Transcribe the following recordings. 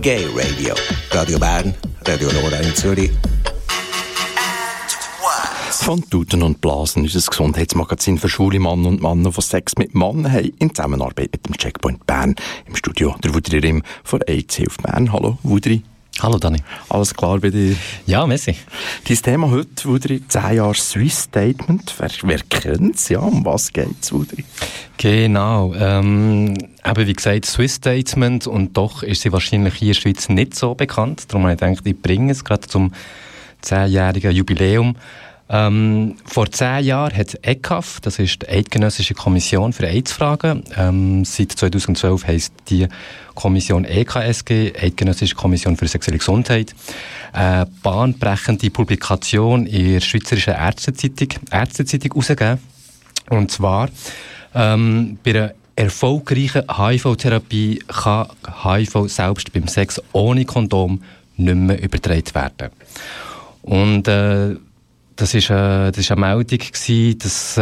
Gay Radio. Radio Bern, Radio Nora in Zürich. Von Tuten und Blasen ist ein Gesundheitsmagazin für schwule Männer und Männer, die Sex mit Männern haben, in Zusammenarbeit mit dem Checkpoint Bern. Im Studio der Wudri Rimm von AIDS Hilfe Bern. Hallo Wudri. Hallo Dani. Alles klar bei dir? Ja, merci. Dein Thema heute, Wudri, 10 Jahre Swiss Statement. Wer kennt es? Ja, um was geht es, Wudri? Genau. Eben wie gesagt, Swiss Statement, und doch ist sie wahrscheinlich hier in der Schweiz nicht so bekannt. Darum habe ich gedacht, ich bringe es gerade zum 10-jährigen Jubiläum. Vor 10 Jahren hat ECAF, das ist die Eidgenössische Kommission für AIDS-Fragen, seit 2012 heisst die Kommission EKSG, Eidgenössische Kommission für sexuelle Gesundheit, eine bahnbrechende Publikation in der Schweizerischen Ärztezeitung herausgegeben. Und zwar, bei einer erfolgreichen HIV-Therapie kann HIV selbst beim Sex ohne Kondom nicht mehr übertragen werden. Und das ist eine Meldung gewesen, das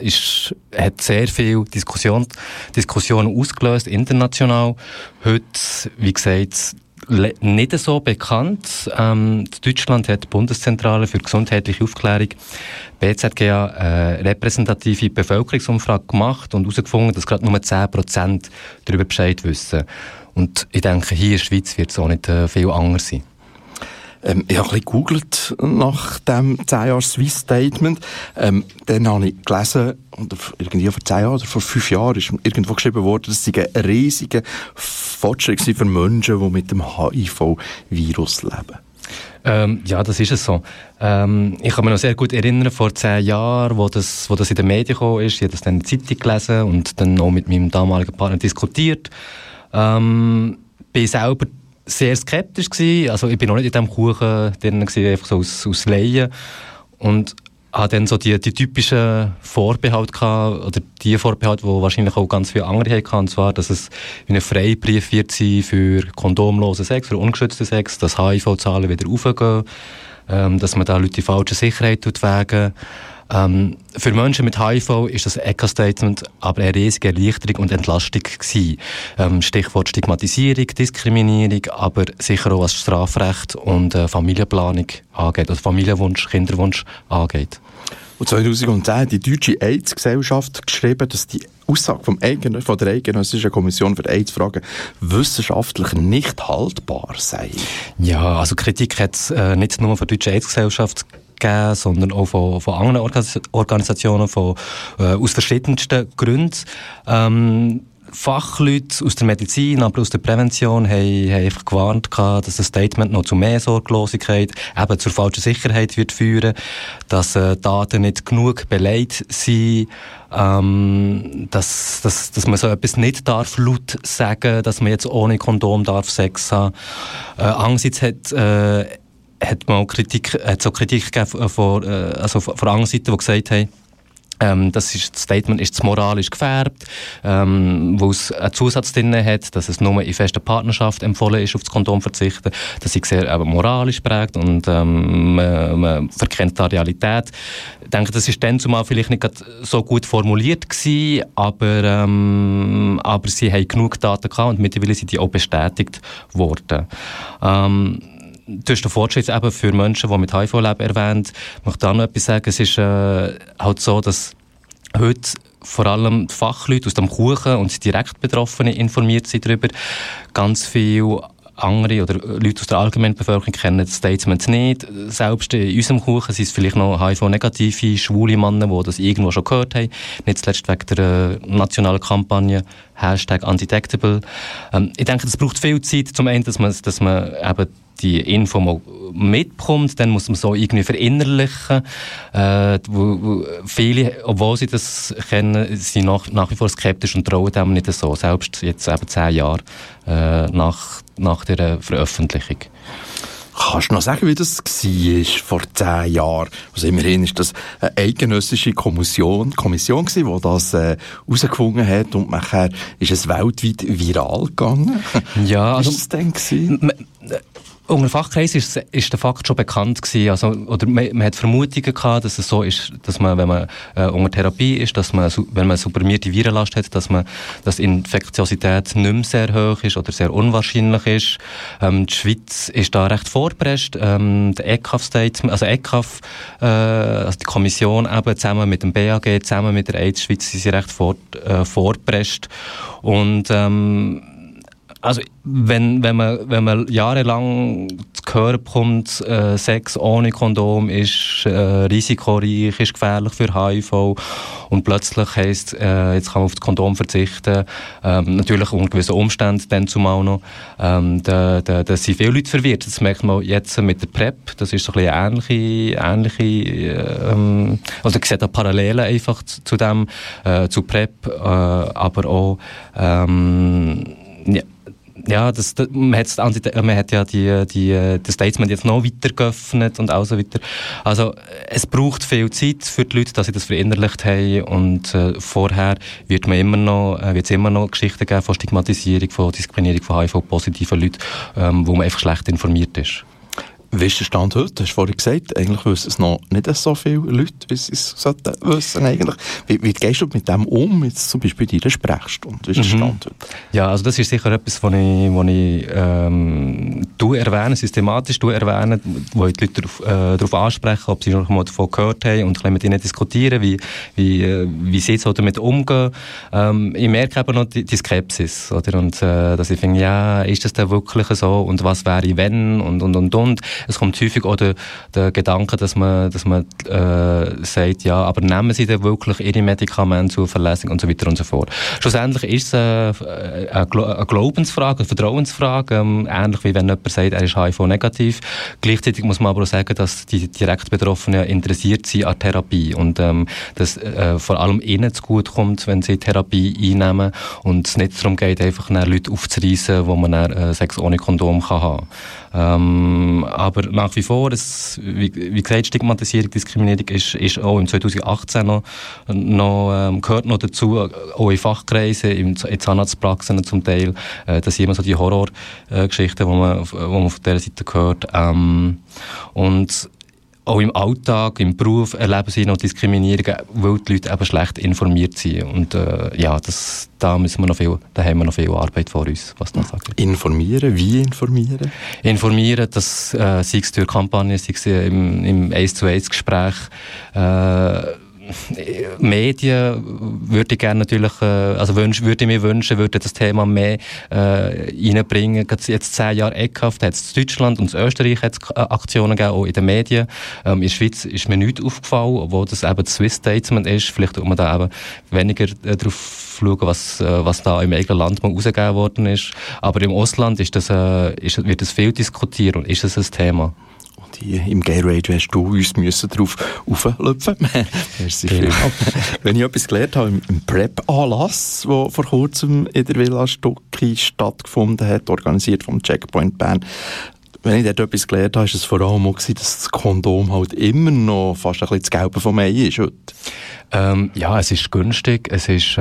hat sehr viel Diskussionen ausgelöst, international. Heute, wie gesagt, nicht so bekannt. Deutschland hat die Bundeszentrale für gesundheitliche Aufklärung, BZGA, eine repräsentative Bevölkerungsumfrage gemacht und herausgefunden, dass gerade nur 10% darüber Bescheid wissen. Und ich denke, hier in der Schweiz wird es auch nicht viel anders sein. Ich habe ein bisschen gegoogelt nach dem 10 Jahre Swiss Statement. Dann habe ich gelesen, irgendwie vor 10 Jahren oder vor 5 Jahren ist irgendwo geschrieben worden, dass es ein riesiger Fortschritt für Menschen, die mit dem HIV-Virus leben. Ja, das ist es so. Ich kann mich noch sehr gut erinnern, vor 10 Jahren, wo das in den Medien gekommen ist. Ich habe das dann in der Zeitung gelesen und dann auch mit meinem damaligen Partner diskutiert. Bin selber sehr skeptisch gewesen. Also ich bin noch nicht in diesem Kuchen drin gewesen, einfach so aus Laien. Und hatte dann so die typischen Vorbehalte gehabt, oder die Vorbehalte, die wahrscheinlich auch ganz viele andere hatten, und zwar, dass es ein Freibrief wird sein für kondomlosen Sex, für ungeschützten Sex, dass HIV-Zahlen wieder raufgehen, dass man da Leute die falsche Sicherheit wägen. Für Menschen mit HIV ist das ECA-Statement aber eine riesige Erleichterung und Entlastung gewesen. Stichwort Stigmatisierung, Diskriminierung, aber sicher auch was Strafrecht und Familienplanung angeht, also Familienwunsch, Kinderwunsch angeht. Und 2010 hat die Deutsche AIDS-Gesellschaft geschrieben, dass die Aussage von der Eidgenössischen Kommission für AIDS-Fragen wissenschaftlich nicht haltbar sei. Ja, also Kritik hat es nicht nur von der Deutschen AIDS-Gesellschaft gegeben, sondern auch von anderen Organisationen aus verschiedensten Gründen. Fachleute aus der Medizin, aber aus der Prävention haben einfach gewarnt, dass das Statement noch zu mehr Sorglosigkeit, eben zur falschen Sicherheit wird führen, dass Daten nicht genug beleidigt sind, dass man so etwas nicht darf laut sagen, dass man jetzt ohne Kondom darf Sex haben. Angesichts hat man auch Kritik gegeben von anderen Seiten, die gesagt haben, das Statement ist moralisch gefärbt, wo es einen Zusatz drin hat, dass es nur in fester Partnerschaft empfohlen ist, auf das Kondom zu verzichten. Das ist sehr moralisch prägt und man verkennt die Realität. Ich denke, das ist dann zumal vielleicht nicht so gut formuliert gewesen, aber sie haben genug Daten gehabt und mittlerweile sind die auch bestätigt worden. Du hast den Fortschritt eben für Menschen, die mit HIV leben, erwähnt. Ich möchte da noch etwas sagen. Es ist halt so, dass heute vor allem die Fachleute aus dem Kuchen und die direkt Betroffenen informiert sind darüber. Ganz viele andere oder Leute aus der allgemeinen Bevölkerung kennen das Statement nicht. Selbst in unserem Kuchen sind es vielleicht noch HIV-negative, schwule Männer, die das irgendwo schon gehört haben. Nicht zuletzt wegen der nationalen Kampagne #Undetectable. Ich denke, das braucht viel Zeit, zum einen, dass man eben die Info mal mitbekommt, dann muss man so irgendwie verinnerlichen. Viele, obwohl sie das kennen, sind nach wie vor skeptisch und trauen dem nicht so, selbst jetzt eben 10 Jahre nach der Veröffentlichung. Kannst du noch sagen, wie das war vor 10 Jahren? Also immerhin ist das eine eidgenössische Kommission gewesen, die das herausgefunden hat, und nachher ist es weltweit viral gegangen. Ja, also, was war das denn gewesen? Unter Fachkreisen ist der Fakt schon bekannt gewesen. Also, oder man hat Vermutungen gehabt, dass es so ist, dass man, wenn man unter Therapie ist, dass man, wenn man supprimierte Virenlast hat, dass die Infektiosität nicht mehr sehr hoch ist oder sehr unwahrscheinlich ist. Die Schweiz ist da recht vorgepresst. Der ECAF-Statement, also ECAF, also die Kommission eben zusammen mit dem BAG, zusammen mit der AIDS-Schweiz, sind sie recht vorgepresst. Und also wenn man jahrelang zu hören bekommt, Sex ohne Kondom ist risikoreich, ist gefährlich für HIV und plötzlich heisst, jetzt kann man auf das Kondom verzichten, natürlich unter gewissen Umständen dann zumal noch, da sind viele Leute verwirrt. Das merkt man jetzt mit der PrEP, das ist so ein bisschen ähnliche also ich sehe da Parallelen einfach zu dem, zu PrEP, aber auch ja, man hat ja das Statement jetzt noch weiter geöffnet und auch so weiter. Also, es braucht viel Zeit für die Leute, dass sie das verinnerlicht haben und vorher wird es immer noch Geschichten geben von Stigmatisierung, von Diskriminierung von HIV-positiven Leuten, wo man einfach schlecht informiert ist. Wie ist der Stand heute? Du hast vorhin gesagt, eigentlich wissen es noch nicht so viele Leute, wie sie es sollten wissen eigentlich. Wie gehst du mit dem um, jetzt zum Beispiel in deiner Sprechstunde? Wie ist der Stand heute? Ja, also das ist sicher etwas, was ich systematisch erwähne, wo ich die Leute darauf anspreche, ob sie noch mal davon gehört haben und mit ihnen diskutieren, wie sie jetzt damit umgehen. Ich merke eben noch die Skepsis, oder? Und dass ich finde, ja, ist das denn wirklich so und was wäre wenn und. Es kommt häufig auch der Gedanke, dass man sagt, ja, aber nehmen Sie denn wirklich Ihre Medikamente zuverlässig und so weiter und so fort. Schlussendlich ist es eine Glaubensfrage, eine Vertrauensfrage, ähnlich wie wenn jemand sagt, er ist HIV-negativ. Gleichzeitig muss man aber auch sagen, dass die direkt Betroffenen interessiert sind an Therapie und dass vor allem ihnen zugute kommt, wenn sie Therapie einnehmen und es nicht darum geht, einfach Leute aufzureissen, wo man dann Sex ohne Kondom kann haben. Aber nach wie vor, wie gesagt, Stigmatisierung, Diskriminierung ist auch im 2018 noch gehört noch dazu, auch in Fachkreisen, in Zahnarztpraxen zum Teil. Das sind immer so die Horrorgeschichten, die man von dieser Seite hört. Und auch im Alltag, im Beruf erleben sie noch Diskriminierungen, weil die Leute eben schlecht informiert sind. Und da haben wir noch viel Arbeit vor uns, was das sagt. Informieren? Wie informieren? Informieren, dass sei es durch Kampagnen, sei es im 1-zu-1-Gespräch, Medien würde ich gerne natürlich, würde ich mir wünschen, würde das Thema mehr reinbringen. Jetzt 10 Jahre ECAF, da hat es in Deutschland und in Österreich Aktionen gegeben, auch in den Medien. In der Schweiz ist mir nichts aufgefallen, obwohl das eben das Swiss Statement ist. Vielleicht tut man da eben weniger darauf schauen, was da im eigenen Land mal rausgegeben worden ist. Aber im Ausland wird das viel diskutiert und ist es ein Thema. Im Gay Radio hast du uns darauf auflöpfen. Merci vielmals. Wenn ich etwas gelernt habe, im PrEP-Anlass, der vor kurzem in der Villa Stucki stattgefunden hat, organisiert vom Checkpoint Bern, wenn ich dort etwas gelernt habe, ist es vor allem auch gewesen, dass das Kondom halt immer noch fast ein bisschen das Gelbe vom Ei ist heute. Ja, es ist günstig, es ist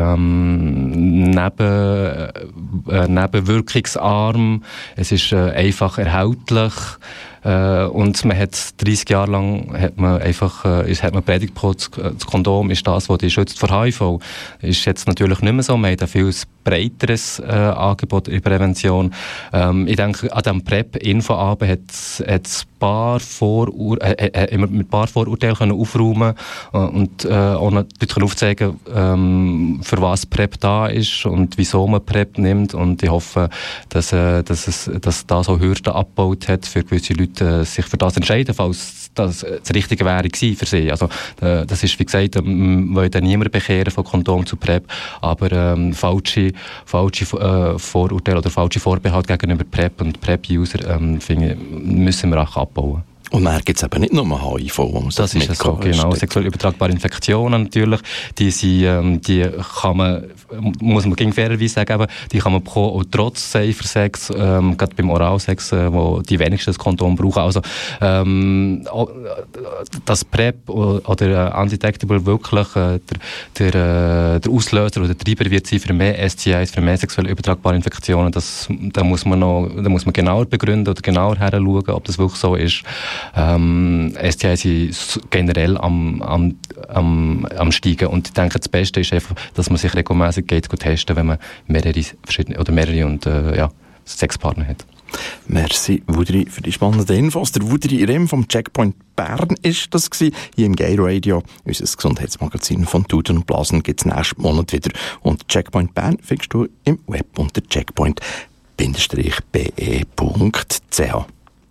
nebenwirkungsarm, es ist einfach erhältlich. Und man hat 30 Jahre lang hat man predigt, das Kondom ist das, was dich schützt vor HIV. Ist jetzt natürlich nicht mehr so. Wir haben ein viel breiteres Angebot in Prävention. Ich denke, an diesem PrEP-Infoabend hat es mit ein paar Vorurteilen aufräumen und auch Leute aufzeigen, für was PrEP da ist und wieso man PrEP nimmt. Und ich hoffe, dass da so Hürden abgebaut hat für gewisse Leute, sich für das entscheiden, falls das Richtige wäre für sie. Also, das ist, wie gesagt, will dann niemand bekehren von Kondom zu PrEP, aber falsche Vorurteile oder falsche Vorbehalte gegenüber PrEP und PrEP-User müssen wir auch abbauen. Und dann gibt es eben nicht nur HIV, wo man das ist so, genau. Sexuell übertragbare Infektionen natürlich, die kann man, muss man gegen fairerweise sagen, eben, die kann man bekommen, auch trotz Safer Sex, gerade beim Oralsex, wo die wenigsten das Kondom brauchen. Also, das PrEP oder Undetectable wirklich der Auslöser oder der Treiber wird sein für mehr STIs, für mehr sexuell übertragbare Infektionen. Da muss man genauer begründen oder genauer heranschauen, ob das wirklich so ist. STIs sind generell am Steigen. Und ich denke, das Beste ist einfach, dass man sich regelmäßig geht testen, wenn man mehrere Sexpartner hat. Merci, Wudri, für die spannenden Infos. Der Wudri Rem vom Checkpoint Bern ist das gewesen, hier im Gay Radio. Unser Gesundheitsmagazin von Tuten und Blasen gibt es nächsten Monat wieder. Und Checkpoint Bern findest du im Web unter checkpoint-be.ch.